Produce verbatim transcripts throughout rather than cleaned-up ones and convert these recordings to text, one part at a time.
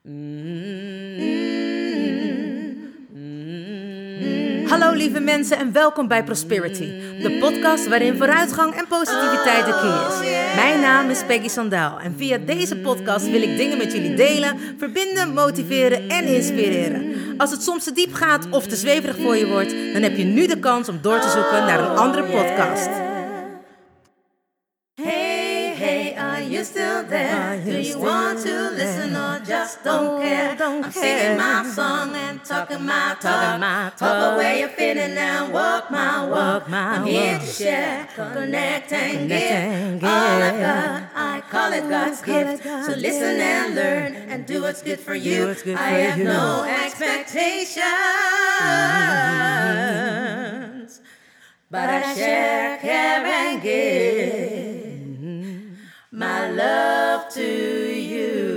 Hallo lieve mensen en welkom bij Prosperity, de podcast waarin vooruitgang en positiviteit de key is. Mijn naam is Peggy Sandaal en via deze podcast wil ik dingen met jullie delen, verbinden, motiveren en inspireren. Als het soms te diep gaat of te zweverig voor je wordt, dan heb je nu de kans om door te zoeken naar een andere podcast. Hey, hey, are you still there? Do you want to listen or just don't care? I'm singing my song and talking my talk. Talk away your feeling and walk my walk. I'm here to share, connect and give. All I've got, I call it God's gift. So listen and learn and do what's good for you. I have no expectations, but I share, care and give my love to you.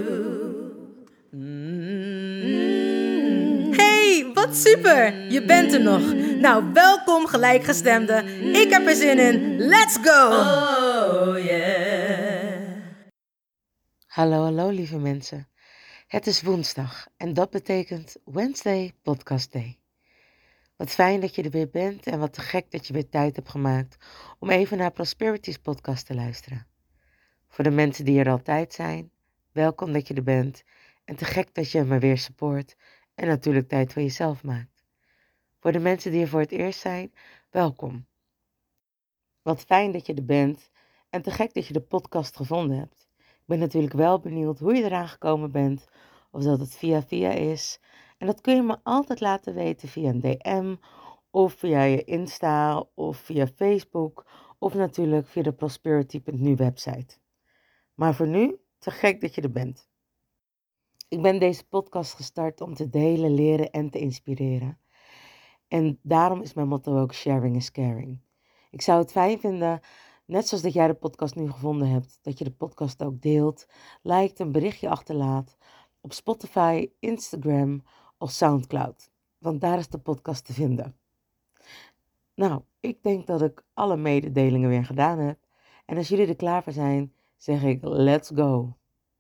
Hey, wat super! Je bent er nog. Nou, welkom gelijkgestemden. Ik heb er zin in. Let's go! Oh yeah. Hallo, hallo lieve mensen. Het is woensdag en dat betekent Wednesday Podcast Day. Wat fijn dat je er weer bent en wat te gek dat je weer tijd hebt gemaakt om even naar Prosperity's podcast te luisteren. Voor de mensen die er altijd zijn, welkom dat je er bent en te gek dat je me weer support en natuurlijk tijd voor jezelf maakt. Voor de mensen die er voor het eerst zijn, welkom. Wat fijn dat je er bent en te gek dat je de podcast gevonden hebt. Ik ben natuurlijk wel benieuwd hoe je eraan gekomen bent of dat het via via is. En dat kun je me altijd laten weten via een D M of via je Insta of via Facebook of natuurlijk via de prosperity punt nu website. Maar voor nu, te gek dat je er bent. Ik ben deze podcast gestart om te delen, leren en te inspireren. En daarom is mijn motto ook sharing is caring. Ik zou het fijn vinden, net zoals dat jij de podcast nu gevonden hebt, dat je de podcast ook deelt, liked, een berichtje achterlaat op Spotify, Instagram of Soundcloud. Want daar is de podcast te vinden. Nou, ik denk dat ik alle mededelingen weer gedaan heb. En als jullie er klaar voor zijn, zeg ik let's go.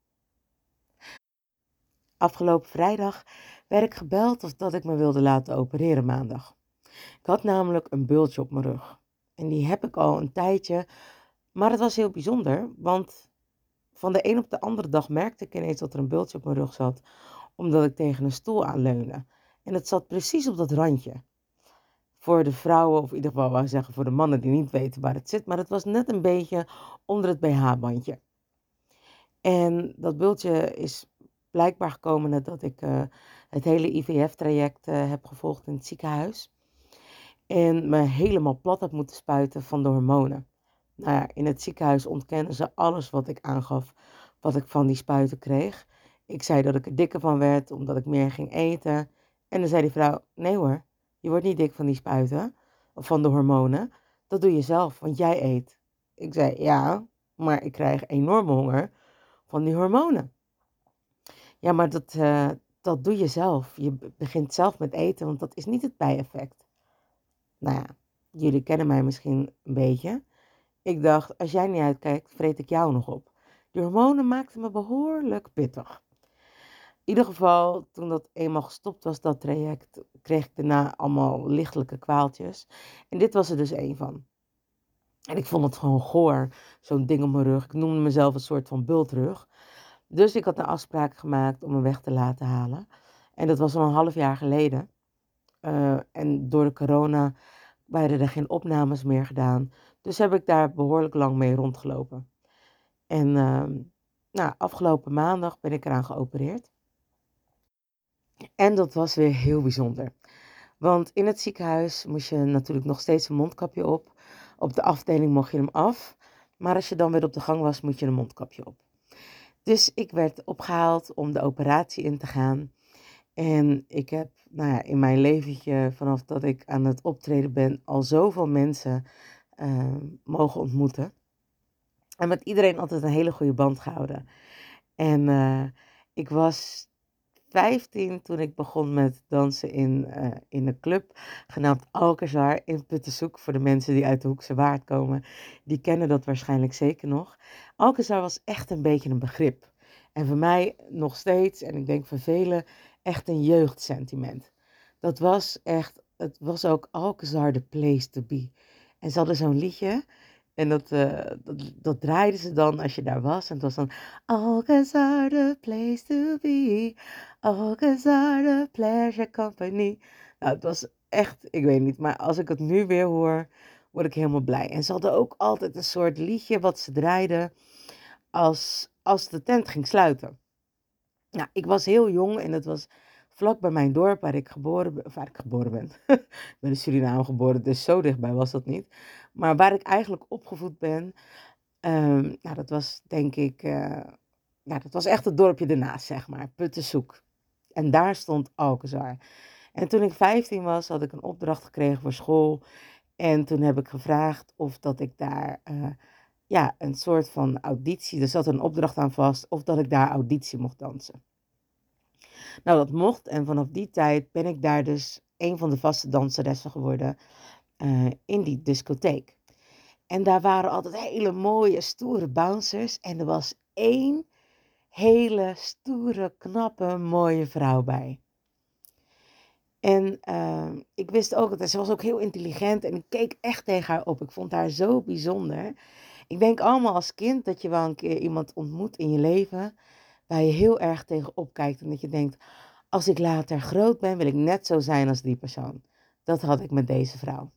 Afgelopen vrijdag werd ik gebeld of dat ik me wilde laten opereren maandag. Ik had namelijk een bultje op mijn rug. En die heb ik al een tijdje. Maar het was heel bijzonder, want van de een op de andere dag merkte ik ineens dat er een bultje op mijn rug zat. Omdat ik tegen een stoel aanleunde. En het zat precies op dat randje. Voor de vrouwen, of in ieder geval wou ik zeggen voor de mannen die niet weten waar het zit. Maar het was net een beetje onder het B H-bandje. En dat bultje is blijkbaar gekomen nadat ik uh, het hele I V F-traject uh, heb gevolgd in het ziekenhuis. En me helemaal plat heb moeten spuiten van de hormonen. Nou ja, in het ziekenhuis ontkennen ze alles wat ik aangaf, wat ik van die spuiten kreeg. Ik zei dat ik er dikker van werd, omdat ik meer ging eten. En dan zei die vrouw, nee hoor, je wordt niet dik van die spuiten, of van de hormonen. Dat doe je zelf, want jij eet. Ik zei, ja, maar ik krijg enorme honger van die hormonen. Ja, maar dat, uh, dat doe je zelf. Je begint zelf met eten, want dat is niet het bijeffect. Nou ja, jullie kennen mij misschien een beetje. Ik dacht, als jij niet uitkijkt, vreet ik jou nog op. Die hormonen maakten me behoorlijk pittig. In ieder geval, toen dat eenmaal gestopt was, dat traject, kreeg ik daarna allemaal lichtelijke kwaaltjes. En dit was er dus één van. En ik vond het gewoon goor, zo'n ding op mijn rug. Ik noemde mezelf een soort van bultrug. Dus ik had een afspraak gemaakt om hem weg te laten halen. En dat was al een half jaar geleden. Uh, en door de corona werden er geen opnames meer gedaan. Dus heb ik daar behoorlijk lang mee rondgelopen. En uh, nou, afgelopen maandag ben ik eraan geopereerd. En dat was weer heel bijzonder. Want in het ziekenhuis moest je natuurlijk nog steeds een mondkapje op. Op de afdeling mocht je hem af. Maar als je dan weer op de gang was, moet je een mondkapje op. Dus ik werd opgehaald om de operatie in te gaan. En ik heb nou ja, in mijn leventje, vanaf dat ik aan het optreden ben, al zoveel mensen uh, mogen ontmoeten. En met iedereen altijd een hele goede band gehouden. En uh, ik was vijftien toen ik begon met dansen in, uh, in een club genaamd Alcazar in Puttensoek. Voor de mensen die uit de Hoekse Waard komen, die kennen dat waarschijnlijk zeker nog. Alcazar was echt een beetje een begrip. En voor mij nog steeds, en ik denk voor velen, echt een jeugdsentiment. Dat was echt, het was ook Alcazar the place to be. En ze hadden zo'n liedje, en dat, uh, dat, dat draaiden ze dan als je daar was. En het was dan, Alcazar the place to be, Alcazar the pleasure company. Nou, het was echt, ik weet niet, maar als ik het nu weer hoor, word ik helemaal blij. En ze hadden ook altijd een soort liedje wat ze draaiden als, als de tent ging sluiten. Nou, ik was heel jong en het was vlak bij mijn dorp waar ik geboren ben. Of waar ik geboren ben. Ik ben in Suriname geboren, dus zo dichtbij was dat niet. Maar waar ik eigenlijk opgevoed ben, um, nou, dat was denk ik, uh, ja, dat was echt het dorpje ernaast, zeg maar, Puttensoek. En daar stond Alcazar. En toen ik vijftien was, had ik een opdracht gekregen voor school. En toen heb ik gevraagd of dat ik daar, uh, ja, een soort van auditie, er zat een opdracht aan vast, of dat ik daar auditie mocht dansen. Nou, dat mocht en vanaf die tijd ben ik daar dus een van de vaste danseressen geworden uh, in die discotheek. En daar waren altijd hele mooie, stoere bouncers en er was één hele stoere, knappe, mooie vrouw bij. En uh, ik wist ook dat ze was ook heel intelligent en ik keek echt tegen haar op. Ik vond haar zo bijzonder. Ik denk allemaal als kind dat je wel een keer iemand ontmoet in je leven waar je heel erg tegenop kijkt en dat je denkt, als ik later groot ben, wil ik net zo zijn als die persoon. Dat had ik met deze vrouw.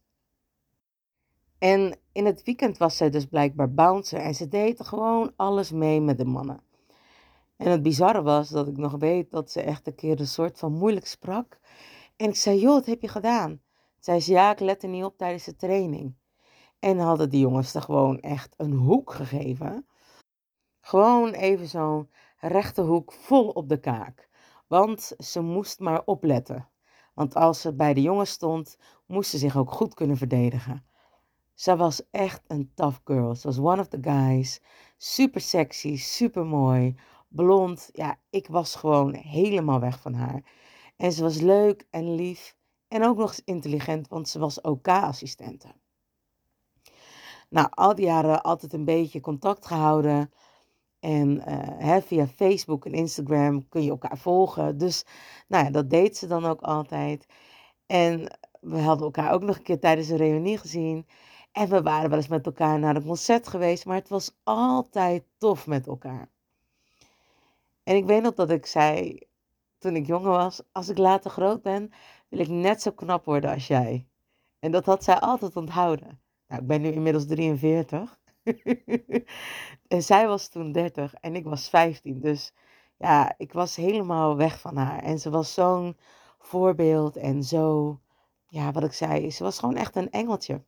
En in het weekend was zij dus blijkbaar bouncer en ze deed gewoon alles mee met de mannen. En het bizarre was dat ik nog weet dat ze echt een keer een soort van moeilijk sprak. En ik zei, joh, wat heb je gedaan? Zei ze, ja, ik lette niet op tijdens de training. En hadden die jongens er gewoon echt een hoek gegeven. Gewoon even zo'n rechte hoek vol op de kaak. Want ze moest maar opletten. Want als ze bij de jongens stond, moest ze zich ook goed kunnen verdedigen. Ze was echt een tough girl. Ze was one of the guys. Super sexy, super mooi. Blond. Ja, ik was gewoon helemaal weg van haar. En ze was leuk en lief. En ook nog eens intelligent, want ze was O K-assistente. Nou, al die jaren altijd een beetje contact gehouden. En uh, hè, via Facebook en Instagram kun je elkaar volgen. Dus nou ja, dat deed ze dan ook altijd. En we hadden elkaar ook nog een keer tijdens een reunie gezien. En we waren wel eens met elkaar naar een concert geweest. Maar het was altijd tof met elkaar. En ik weet nog dat ik zei, toen ik jonger was, als ik later groot ben, wil ik net zo knap worden als jij. En dat had zij altijd onthouden. Nou, ik ben nu inmiddels drieënveertig. En zij was toen dertig en ik was vijftien. Dus ja, ik was helemaal weg van haar. En ze was zo'n voorbeeld en zo, ja, wat ik zei, ze was gewoon echt een engeltje.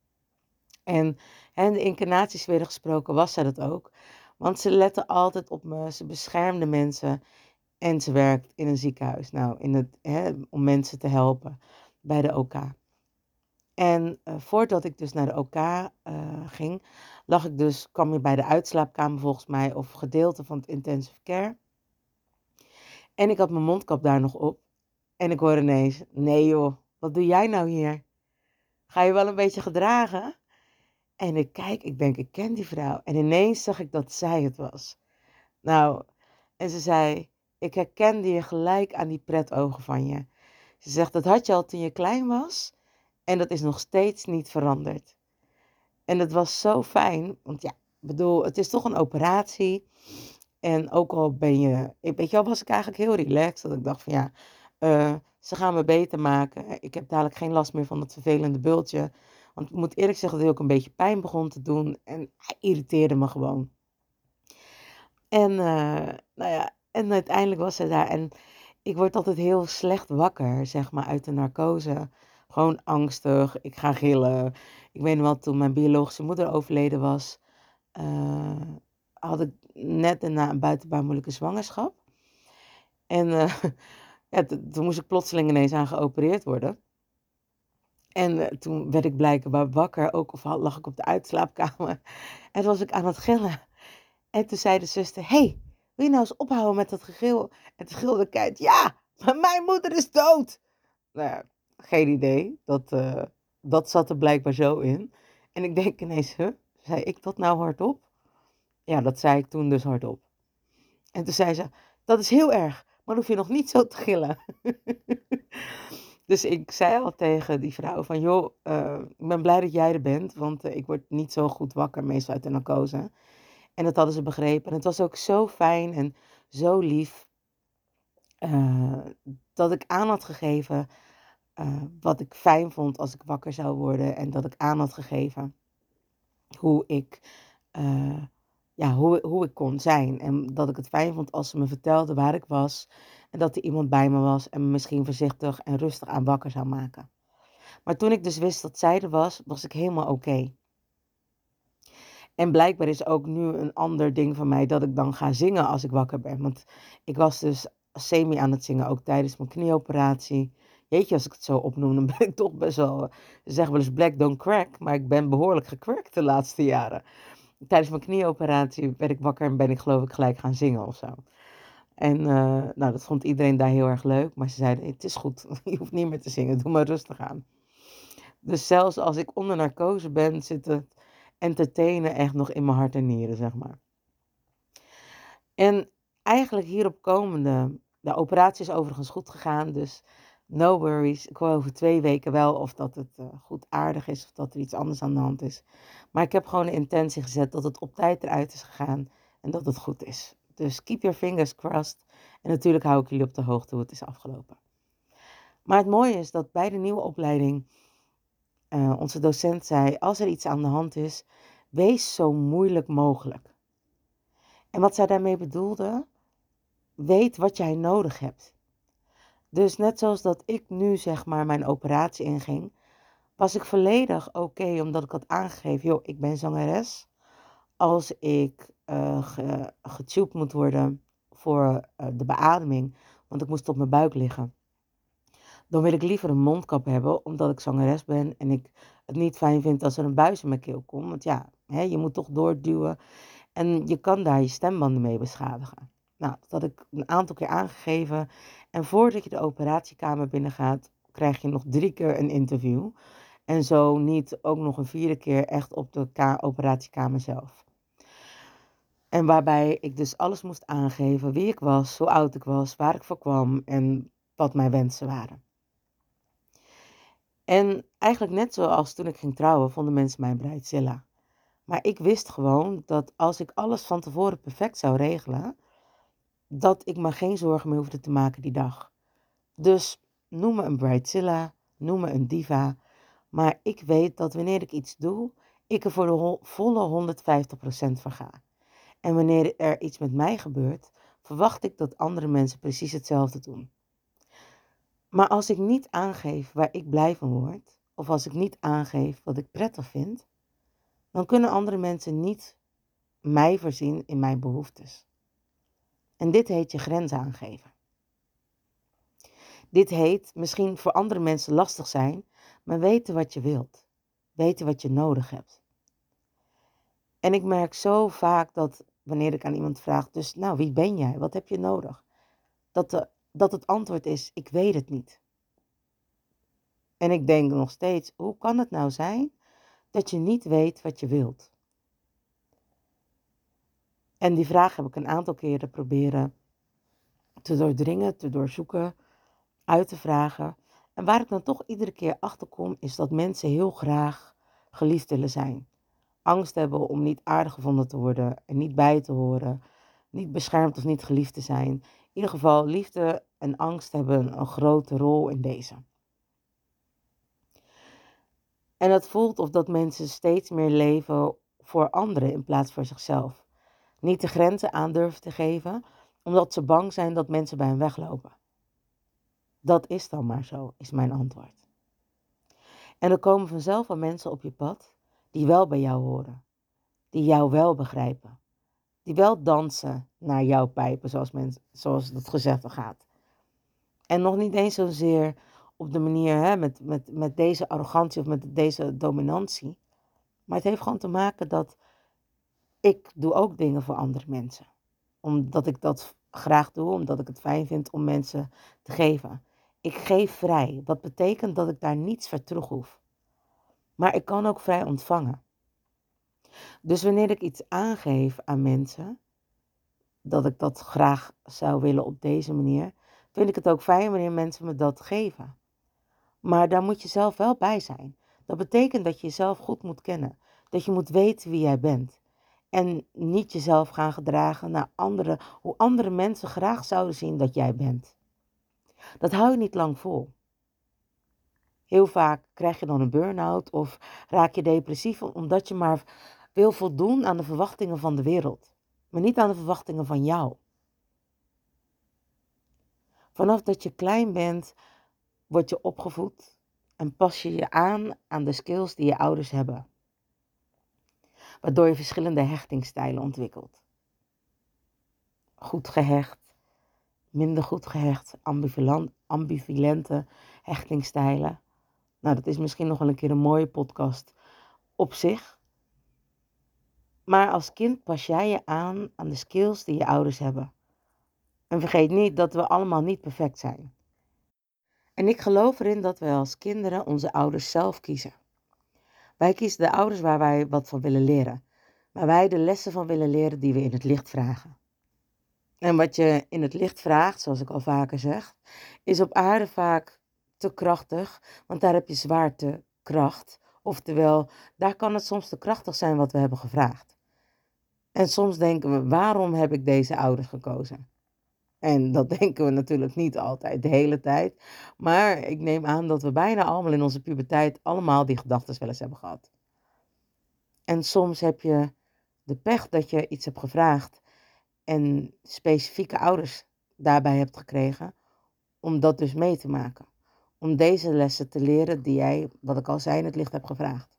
En, en de incarnatiesfeer gesproken was zij dat ook. Want ze lette altijd op me, ze beschermde mensen en ze werkt in een ziekenhuis. Nou, in het, hè, om mensen te helpen bij de O K. En uh, voordat ik dus naar de O K uh, ging, lag ik dus, kwam je bij de uitslaapkamer volgens mij, of gedeelte van het intensive care. En ik had mijn mondkap daar nog op. En ik hoorde ineens, nee joh, wat doe jij nou hier? Ga je wel een beetje gedragen? En ik kijk, ik denk, ik ken die vrouw. En ineens zag ik dat zij het was. Nou, en ze zei, ik herkende je gelijk aan die pretogen van je. Ze zegt, dat had je al toen je klein was. En dat is nog steeds niet veranderd. En het was zo fijn, want ja, ik bedoel, het is toch een operatie. En ook al ben je, weet je wel, was ik eigenlijk heel relaxed. Dat ik dacht van ja, uh, ze gaan me beter maken. Ik heb dadelijk geen last meer van dat vervelende bultje. Want ik moet eerlijk zeggen dat hij ook een beetje pijn begon te doen. En hij irriteerde me gewoon. En, uh, nou ja, en uiteindelijk was hij daar. En ik word altijd heel slecht wakker, zeg maar, uit de narcose. Gewoon angstig, ik ga gillen. Ik weet nog wel, toen mijn biologische moeder overleden was, uh, had ik net daarna een buitenbaarmoedelijke zwangerschap. En uh, ja, t- toen moest ik plotseling ineens aan geopereerd worden. En uh, toen werd ik blijkbaar wakker, ook of lag ik op de uitslaapkamer. En toen was ik aan het gillen. En toen zei de zuster, hey, wil je nou eens ophouden met dat gegil? En toen gilde ik uit, ja, maar mijn moeder is dood. Nou ja, geen idee. Dat, uh, dat zat er blijkbaar zo in. En ik denk ineens, huh, zei ik dat nou hardop? Ja, dat zei ik toen dus hardop. En toen zei ze, dat is heel erg, maar dan hoef je nog niet zo te gillen. Dus ik zei al tegen die vrouw van, joh, uh, ik ben blij dat jij er bent, want uh, ik word niet zo goed wakker, meestal uit de narcose. En dat hadden ze begrepen. En het was ook zo fijn en zo lief uh, dat ik aan had gegeven uh, wat ik fijn vond als ik wakker zou worden. En dat ik aan had gegeven hoe ik, uh, ja, hoe, hoe ik kon zijn. En dat ik het fijn vond als ze me vertelde waar ik was. En dat er iemand bij me was en me misschien voorzichtig en rustig aan wakker zou maken. Maar toen ik dus wist dat zij er was, was ik helemaal oké. Okay. En blijkbaar is ook nu een ander ding van mij dat ik dan ga zingen als ik wakker ben. Want ik was dus semi aan het zingen, ook tijdens mijn knieoperatie. Jeetje, als ik het zo opnoem, dan ben ik toch best wel, ze zeggen wel eens black don't crack, maar ik ben behoorlijk gecrackt de laatste jaren. Tijdens mijn knieoperatie werd ik wakker en ben ik geloof ik gelijk gaan zingen of zo. En uh, nou, dat vond iedereen daar heel erg leuk, maar ze zeiden, het is goed, je hoeft niet meer te zingen, doe maar rustig aan. Dus zelfs als ik onder narcose ben, zit het entertainen echt nog in mijn hart en nieren, zeg maar. En eigenlijk hierop komende, de operatie is overigens goed gegaan, dus no worries. Ik hoor over twee weken wel of dat het uh, goed aardig is of dat er iets anders aan de hand is. Maar ik heb gewoon de intentie gezet dat het op tijd eruit is gegaan en dat het goed is. Dus keep your fingers crossed. En natuurlijk hou ik jullie op de hoogte hoe het is afgelopen. Maar het mooie is dat bij de nieuwe opleiding uh, onze docent zei, als er iets aan de hand is, wees zo moeilijk mogelijk. En wat zij daarmee bedoelde, weet wat jij nodig hebt. Dus net zoals dat ik nu zeg maar mijn operatie inging, was ik volledig oké okay, omdat ik had aangegeven, joh, ik ben zangeres. Als ik uh, ge, getubed moet worden voor uh, de beademing, want ik moest op mijn buik liggen, dan wil ik liever een mondkap hebben, omdat ik zangeres ben en ik het niet fijn vind als er een buis in mijn keel komt. Want ja, hè, je moet toch doorduwen en je kan daar je stembanden mee beschadigen. Nou, dat had ik een aantal keer aangegeven. En voordat je de operatiekamer binnengaat, krijg je nog drie keer een interview. En zo niet ook nog een vierde keer echt op de ka- operatiekamer zelf. En waarbij ik dus alles moest aangeven, wie ik was, hoe oud ik was, waar ik voor kwam en wat mijn wensen waren. En eigenlijk net zoals toen ik ging trouwen, vonden mensen mij een bridezilla. Maar ik wist gewoon dat als ik alles van tevoren perfect zou regelen, dat ik me geen zorgen meer hoefde te maken die dag. Dus noem me een bridezilla, noem me een diva. Maar ik weet dat wanneer ik iets doe, ik er voor de ho- volle honderdvijftig procent voor ga. En wanneer er iets met mij gebeurt, verwacht ik dat andere mensen precies hetzelfde doen. Maar als ik niet aangeef waar ik blij van word, of als ik niet aangeef wat ik prettig vind, dan kunnen andere mensen niet mij voorzien in mijn behoeftes. En dit heet je grenzen aangeven. Dit heet misschien voor andere mensen lastig zijn, maar weten wat je wilt. Weten wat je nodig hebt. En ik merk zo vaak dat wanneer ik aan iemand vraag, dus nou, wie ben jij? Wat heb je nodig? Dat, de, dat het antwoord is, ik weet het niet. En ik denk nog steeds, hoe kan het nou zijn dat je niet weet wat je wilt? En die vraag heb ik een aantal keren proberen te doordringen, te doorzoeken, uit te vragen. En waar ik dan toch iedere keer achter kom, is dat mensen heel graag geliefd willen zijn. Angst hebben om niet aardig gevonden te worden en niet bij te horen, niet beschermd of niet geliefd te zijn. In ieder geval, liefde en angst hebben een grote rol in deze. En het voelt of dat mensen steeds meer leven voor anderen in plaats van zichzelf. Niet de grenzen aan durven te geven, omdat ze bang zijn dat mensen bij hen weglopen. Dat is dan maar zo, is mijn antwoord. En er komen vanzelf wel mensen op je pad die wel bij jou horen. Die jou wel begrijpen. Die wel dansen naar jouw pijpen, zoals, mensen, zoals het gezegde gaat. En nog niet eens zozeer op de manier hè, met, met, met deze arrogantie of met deze dominantie. Maar het heeft gewoon te maken dat ik doe ook dingen voor andere mensen. Omdat ik dat graag doe, omdat ik het fijn vind om mensen te geven. Ik geef vrij. Dat betekent dat ik daar niets voor terug hoef. Maar ik kan ook vrij ontvangen. Dus wanneer ik iets aangeef aan mensen, dat ik dat graag zou willen op deze manier, vind ik het ook fijn wanneer mensen me dat geven. Maar daar moet je zelf wel bij zijn. Dat betekent dat je jezelf goed moet kennen. Dat je moet weten wie jij bent. En niet jezelf gaan gedragen naar anderen, hoe andere mensen graag zouden zien dat jij bent. Dat hou je niet lang vol. Heel vaak krijg je dan een burn-out of raak je depressief omdat je maar wil voldoen aan de verwachtingen van de wereld. Maar niet aan de verwachtingen van jou. Vanaf dat je klein bent, word je opgevoed en pas je je aan aan de skills die je ouders hebben. Waardoor je verschillende hechtingsstijlen ontwikkelt. Goed gehecht, minder goed gehecht, ambivalent, ambivalente hechtingsstijlen. Nou, dat is misschien nog wel een keer een mooie podcast op zich. Maar als kind pas jij je aan aan de skills die je ouders hebben. En vergeet niet dat we allemaal niet perfect zijn. En ik geloof erin dat wij als kinderen onze ouders zelf kiezen. Wij kiezen de ouders waar wij wat van willen leren. Waar wij de lessen van willen leren die we in het licht vragen. En wat je in het licht vraagt, zoals ik al vaker zeg, is op aarde vaak te krachtig. Want daar heb je zwaartekracht. Oftewel, daar kan het soms te krachtig zijn wat we hebben gevraagd. En soms denken we, waarom heb ik deze ouders gekozen? En dat denken we natuurlijk niet altijd, de hele tijd. Maar ik neem aan dat we bijna allemaal in onze puberteit allemaal die gedachten wel eens hebben gehad. En soms heb je de pech dat je iets hebt gevraagd en specifieke ouders daarbij hebt gekregen om dat dus mee te maken. Om deze lessen te leren die jij, wat ik al zei, in het licht hebt gevraagd.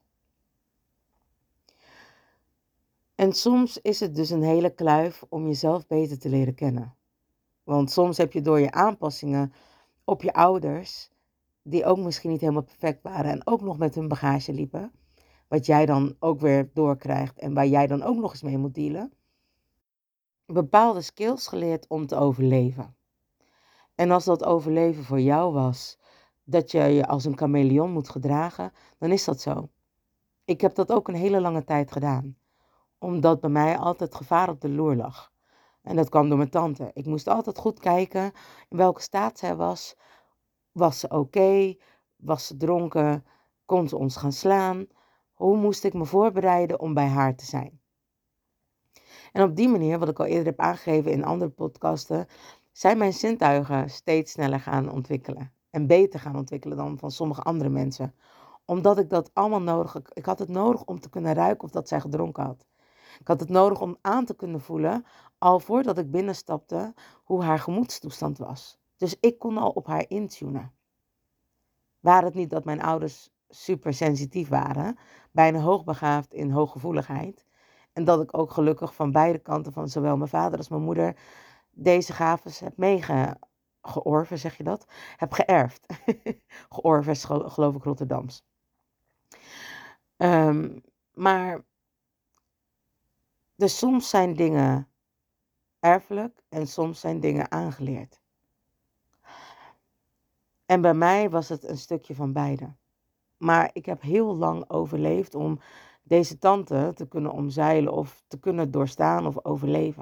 En soms is het dus een hele kluif om jezelf beter te leren kennen. Want soms heb je door je aanpassingen op je ouders, die ook misschien niet helemaal perfect waren en ook nog met hun bagage liepen, wat jij dan ook weer doorkrijgt en waar jij dan ook nog eens mee moet dealen, bepaalde skills geleerd om te overleven. En als dat overleven voor jou was, dat je je als een chameleon moet gedragen, dan is dat zo. Ik heb dat ook een hele lange tijd gedaan, omdat bij mij altijd gevaar op de loer lag. En dat kwam door mijn tante. Ik moest altijd goed kijken in welke staat zij was. Was ze oké? Okay? Was ze dronken? Kon ze ons gaan slaan? Hoe moest ik me voorbereiden om bij haar te zijn? En op die manier, wat ik al eerder heb aangegeven in andere podcasten, zijn mijn zintuigen steeds sneller gaan ontwikkelen. En beter gaan ontwikkelen dan van sommige andere mensen. Omdat ik dat allemaal nodig had. Ik had het nodig om te kunnen ruiken of dat zij gedronken had. Ik had het nodig om aan te kunnen voelen, al voordat ik binnenstapte, hoe haar gemoedstoestand was. Dus ik kon al op haar intunen. Waar het niet dat mijn ouders super sensitief waren, bijna hoogbegaafd in hooggevoeligheid. En dat ik ook gelukkig van beide kanten, van zowel mijn vader als mijn moeder, deze gaves heb meegeorven, zeg je dat? Heb geërfd. Georven is geloof ik Rotterdams. Um, maar... Dus soms zijn dingen erfelijk en soms zijn dingen aangeleerd. En bij mij was het een stukje van beide. Maar ik heb heel lang overleefd om deze tante te kunnen omzeilen of te kunnen doorstaan of overleven.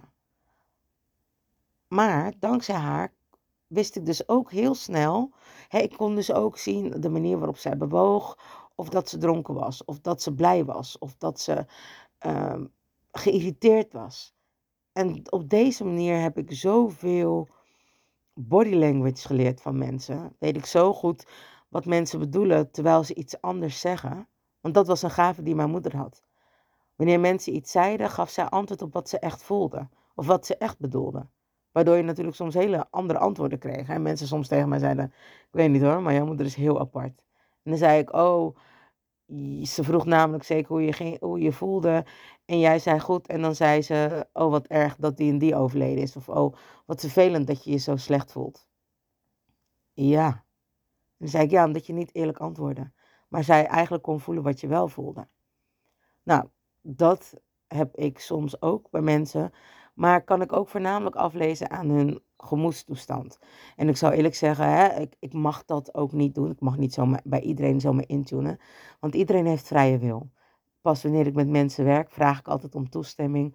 Maar dankzij haar wist ik dus ook heel snel, hè, ik kon dus ook zien de manier waarop zij bewoog, of dat ze dronken was, of dat ze blij was, of dat ze Uh, geïrriteerd was. En op deze manier heb ik zoveel body language geleerd van mensen. Weet ik zo goed wat mensen bedoelen terwijl ze iets anders zeggen. Want dat was een gave die mijn moeder had. Wanneer mensen iets zeiden, gaf zij antwoord op wat ze echt voelden. Of wat ze echt bedoelden. Waardoor je natuurlijk soms hele andere antwoorden kreeg. En mensen soms tegen mij zeiden, ik weet niet hoor, maar jouw moeder is heel apart. En dan zei ik, oh, ze vroeg namelijk zeker hoe je, ging, hoe je voelde. En jij zei goed. En dan zei ze, oh wat erg dat die en die overleden is. Of oh, wat vervelend dat je je zo slecht voelt. Ja. En dan zei ik, ja, omdat je niet eerlijk antwoordde. Maar zij eigenlijk kon voelen wat je wel voelde. Nou, dat heb ik soms ook bij mensen. Maar kan ik ook voornamelijk aflezen aan hun gemoedstoestand. En ik zou eerlijk zeggen, hè, ik, ik mag dat ook niet doen. Ik mag niet zomaar bij iedereen zomaar intunen. Want iedereen heeft vrije wil. Pas wanneer ik met mensen werk, vraag ik altijd om toestemming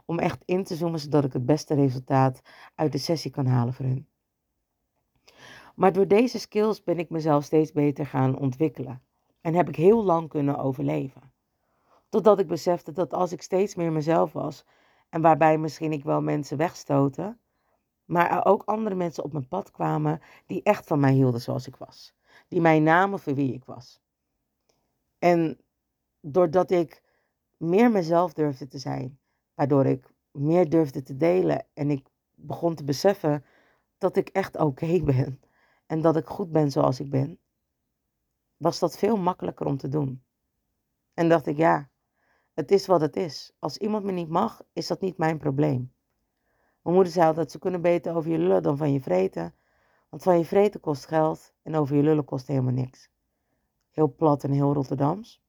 om echt in te zoomen zodat ik het beste resultaat uit de sessie kan halen voor hun. Maar door deze skills ben ik mezelf steeds beter gaan ontwikkelen en heb ik heel lang kunnen overleven. Totdat ik besefte dat als ik steeds meer mezelf was en waarbij misschien ik wel mensen wegstoten, maar er ook andere mensen op mijn pad kwamen die echt van mij hielden zoals ik was. Die mij namen voor wie ik was. En doordat ik meer mezelf durfde te zijn, waardoor ik meer durfde te delen en ik begon te beseffen dat ik echt oké ben en dat ik goed ben zoals ik ben, was dat veel makkelijker om te doen. En dacht ik, ja, het is wat het is. Als iemand me niet mag, is dat niet mijn probleem. Mijn moeder zei altijd, ze kunnen beter over je lullen dan van je vreten. Want van je vreten kost geld en over je lullen kost helemaal niks. Heel plat en heel Rotterdams.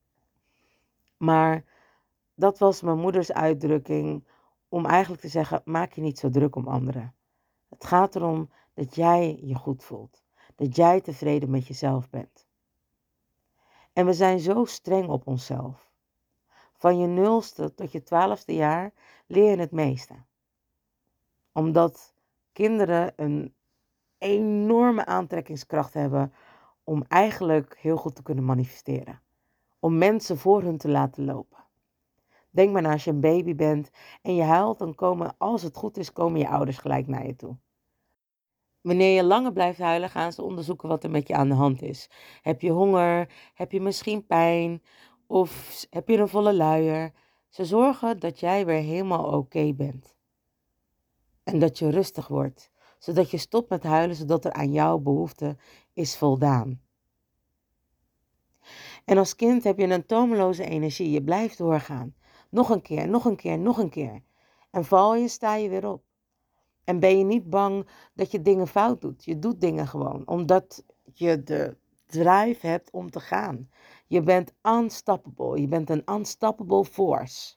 Maar dat was mijn moeders uitdrukking om eigenlijk te zeggen, maak je niet zo druk om anderen. Het gaat erom dat jij je goed voelt. Dat jij tevreden met jezelf bent. En we zijn zo streng op onszelf. Van je nulste tot je twaalfste jaar leer je het meeste. Omdat kinderen een enorme aantrekkingskracht hebben om eigenlijk heel goed te kunnen manifesteren. Om mensen voor hun te laten lopen. Denk maar na, als je een baby bent en je huilt, dan komen, als het goed is, komen je ouders gelijk naar je toe. Wanneer je langer blijft huilen, gaan ze onderzoeken wat er met je aan de hand is. Heb je honger? Heb je misschien pijn? Of heb je een volle luier? Ze zorgen dat jij weer helemaal oké bent. En dat je rustig wordt. Zodat je stopt met huilen, zodat er aan jouw behoefte is voldaan. En als kind heb je een tomeloze energie. Je blijft doorgaan. Nog een keer, nog een keer, nog een keer. En val je, sta je weer op. En ben je niet bang dat je dingen fout doet. Je doet dingen gewoon. Omdat je de drive hebt om te gaan. Je bent unstoppable. Je bent een unstoppable force.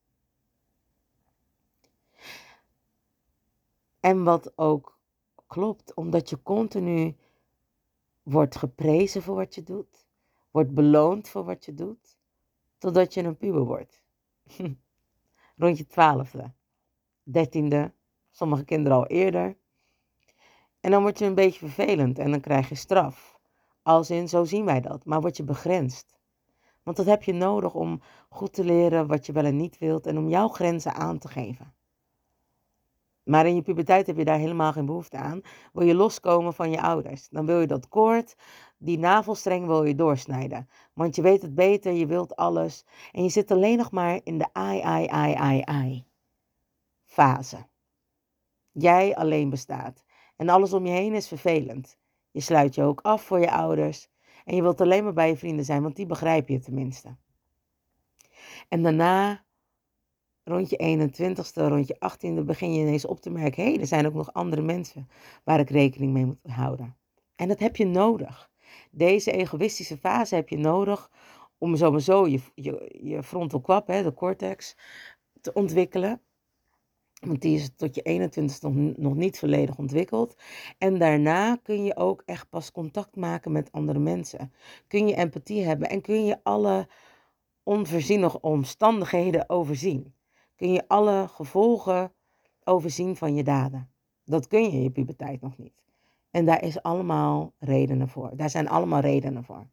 En wat ook klopt. Omdat je continu wordt geprezen voor wat je doet. Wordt beloond voor wat je doet. Totdat je een puber wordt. Rond je twaalfde. Dertiende. Sommige kinderen al eerder. En dan word je een beetje vervelend en dan krijg je straf. Als in, zo zien wij dat. Maar word je begrensd. Want dat heb je nodig om goed te leren wat je wel en niet wilt. En om jouw grenzen aan te geven. Maar in je puberteit heb je daar helemaal geen behoefte aan. Wil je loskomen van je ouders. Dan wil je dat koord, die navelstreng wil je doorsnijden. Want je weet het beter, je wilt alles. En je zit alleen nog maar in de ai, ai, ai, ai, ai fase. Jij alleen bestaat. En alles om je heen is vervelend. Je sluit je ook af voor je ouders. En je wilt alleen maar bij je vrienden zijn, want die begrijpen je tenminste. En daarna, rond je eenentwintigste, rond je achttiende, begin je ineens op te merken, hé, hey, er zijn ook nog andere mensen waar ik rekening mee moet houden. En dat heb je nodig. Deze egoïstische fase heb je nodig om sowieso je, je, je frontal kwab, hè, de cortex, te ontwikkelen. Want die is tot je eenentwintigste nog, nog niet volledig ontwikkeld. En daarna kun je ook echt pas contact maken met andere mensen. Kun je empathie hebben en kun je alle onvoorziene omstandigheden overzien. Kun je alle gevolgen overzien van je daden. Dat kun je in je puberteit nog niet. En daar is allemaal redenen voor. Daar zijn allemaal redenen voor.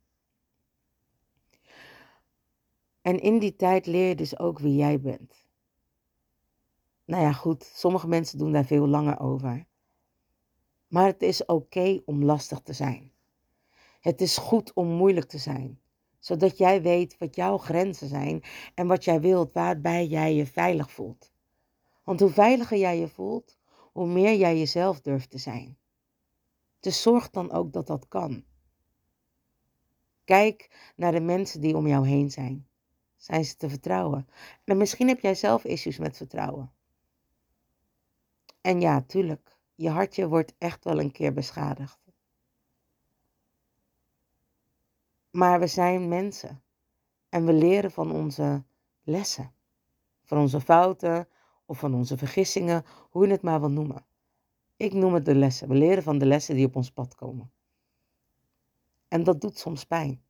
En in die tijd leer je dus ook wie jij bent. Nou ja, goed, sommige mensen doen daar veel langer over. Maar het is oké om lastig te zijn. Het is goed om moeilijk te zijn. Zodat jij weet wat jouw grenzen zijn en wat jij wilt, waarbij jij je veilig voelt. Want hoe veiliger jij je voelt, hoe meer jij jezelf durft te zijn. Dus zorg dan ook dat dat kan. Kijk naar de mensen die om jou heen zijn. Zijn ze te vertrouwen? En misschien heb jij zelf issues met vertrouwen. En ja, tuurlijk, je hartje wordt echt wel een keer beschadigd. Maar we zijn mensen. En we leren van onze lessen. Van onze fouten of van onze vergissingen, hoe je het maar wil noemen. Ik noem het de lessen. We leren van de lessen die op ons pad komen. En dat doet soms pijn.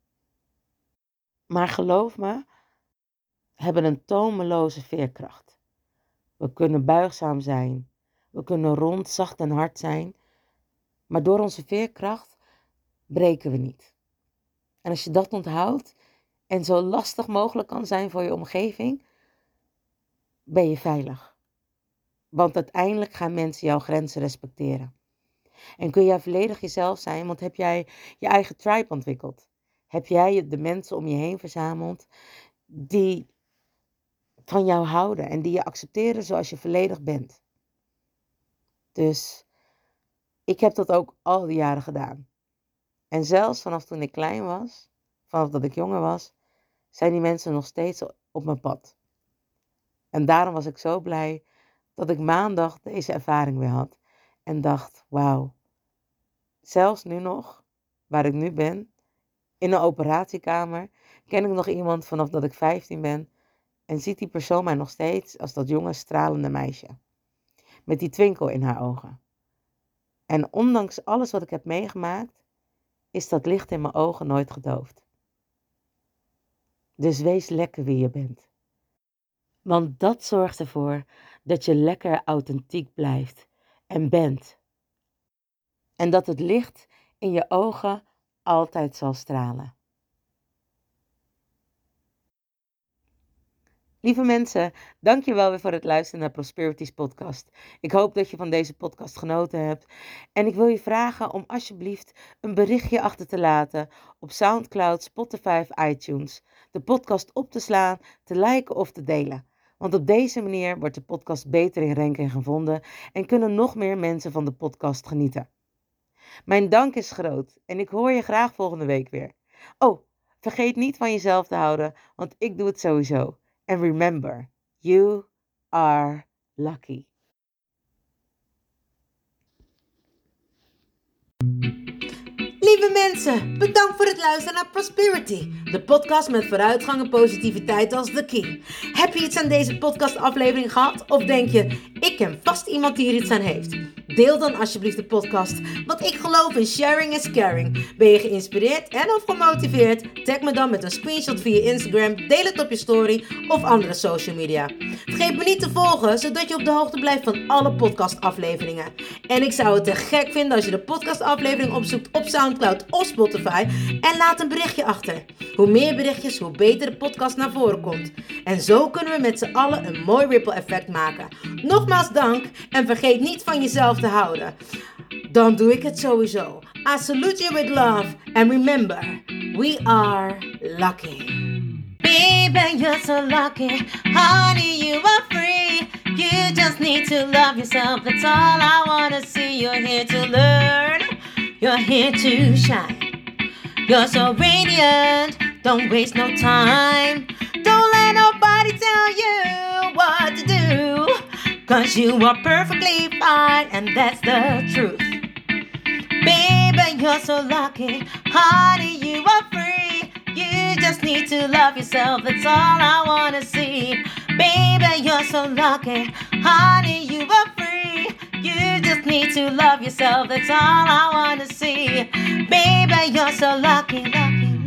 Maar geloof me, hebben een tomeloze veerkracht. We kunnen buigzaam zijn. We kunnen rond, zacht en hard zijn. Maar door onze veerkracht breken we niet. En als je dat onthoudt en zo lastig mogelijk kan zijn voor je omgeving, ben je veilig. Want uiteindelijk gaan mensen jouw grenzen respecteren. En kun jij volledig jezelf zijn, want heb jij je eigen tribe ontwikkeld? Heb jij de mensen om je heen verzameld die van jou houden en die je accepteren zoals je volledig bent? Dus ik heb dat ook al die jaren gedaan. En zelfs vanaf toen ik klein was, vanaf dat ik jonger was, zijn die mensen nog steeds op mijn pad. En daarom was ik zo blij dat ik maandag deze ervaring weer had. En dacht, wauw, zelfs nu nog, waar ik nu ben, in een operatiekamer, ken ik nog iemand vanaf dat ik vijftien ben. En ziet die persoon mij nog steeds als dat jonge stralende meisje. Met die twinkel in haar ogen. En ondanks alles wat ik heb meegemaakt, is dat licht in mijn ogen nooit gedoofd. Dus wees lekker wie je bent. Want dat zorgt ervoor dat je lekker authentiek blijft en bent. En dat het licht in je ogen altijd zal stralen. Lieve mensen, dank je wel weer voor het luisteren naar Prosperities podcast. Ik hoop dat je van deze podcast genoten hebt. En ik wil je vragen om alsjeblieft een berichtje achter te laten op SoundCloud, Spotify of iTunes. De podcast op te slaan, te liken of te delen. Want op deze manier wordt de podcast beter in ranking gevonden en kunnen nog meer mensen van de podcast genieten. Mijn dank is groot en ik hoor je graag volgende week weer. Oh, vergeet niet van jezelf te houden, want ik doe het sowieso. And remember, you are lucky. Lieve mensen, bedankt voor het luisteren naar Prosperity, de podcast met vooruitgang en positiviteit als de key. Heb je iets aan deze podcastaflevering gehad? Of denk je, ik ken vast iemand die er iets aan heeft? Deel dan alsjeblieft de podcast, want ik geloof in sharing is caring. Ben je geïnspireerd en of gemotiveerd? Tag me dan met een screenshot via Instagram, deel het op je story of andere social media. Vergeet me niet te volgen, zodat je op de hoogte blijft van alle podcastafleveringen. En ik zou het te gek vinden als je de podcastaflevering opzoekt op SoundCloud of Spotify en laat een berichtje achter. Hoe meer berichtjes, hoe beter de podcast naar voren komt. En zo kunnen we met z'n allen een mooi ripple effect maken. Nogmaals dank en vergeet niet van jezelf te houden. Dan doe ik het sowieso. I salute you with love and remember, we are lucky. Baby, you're so lucky. Honey, you are free. You just need to love yourself. That's all I wanna see. You're here to learn. You're here to shine. You're so radiant. Don't waste no time. Don't let nobody tell you what to do. Cause you are perfectly fine. And that's the truth. Baby, you're so lucky. Honey, you are free. You just need to love yourself. That's all I wanna see. Baby, you're so lucky. Honey, you are free. You just need to love yourself. That's all I wanna see. Baby, you're so lucky, lucky.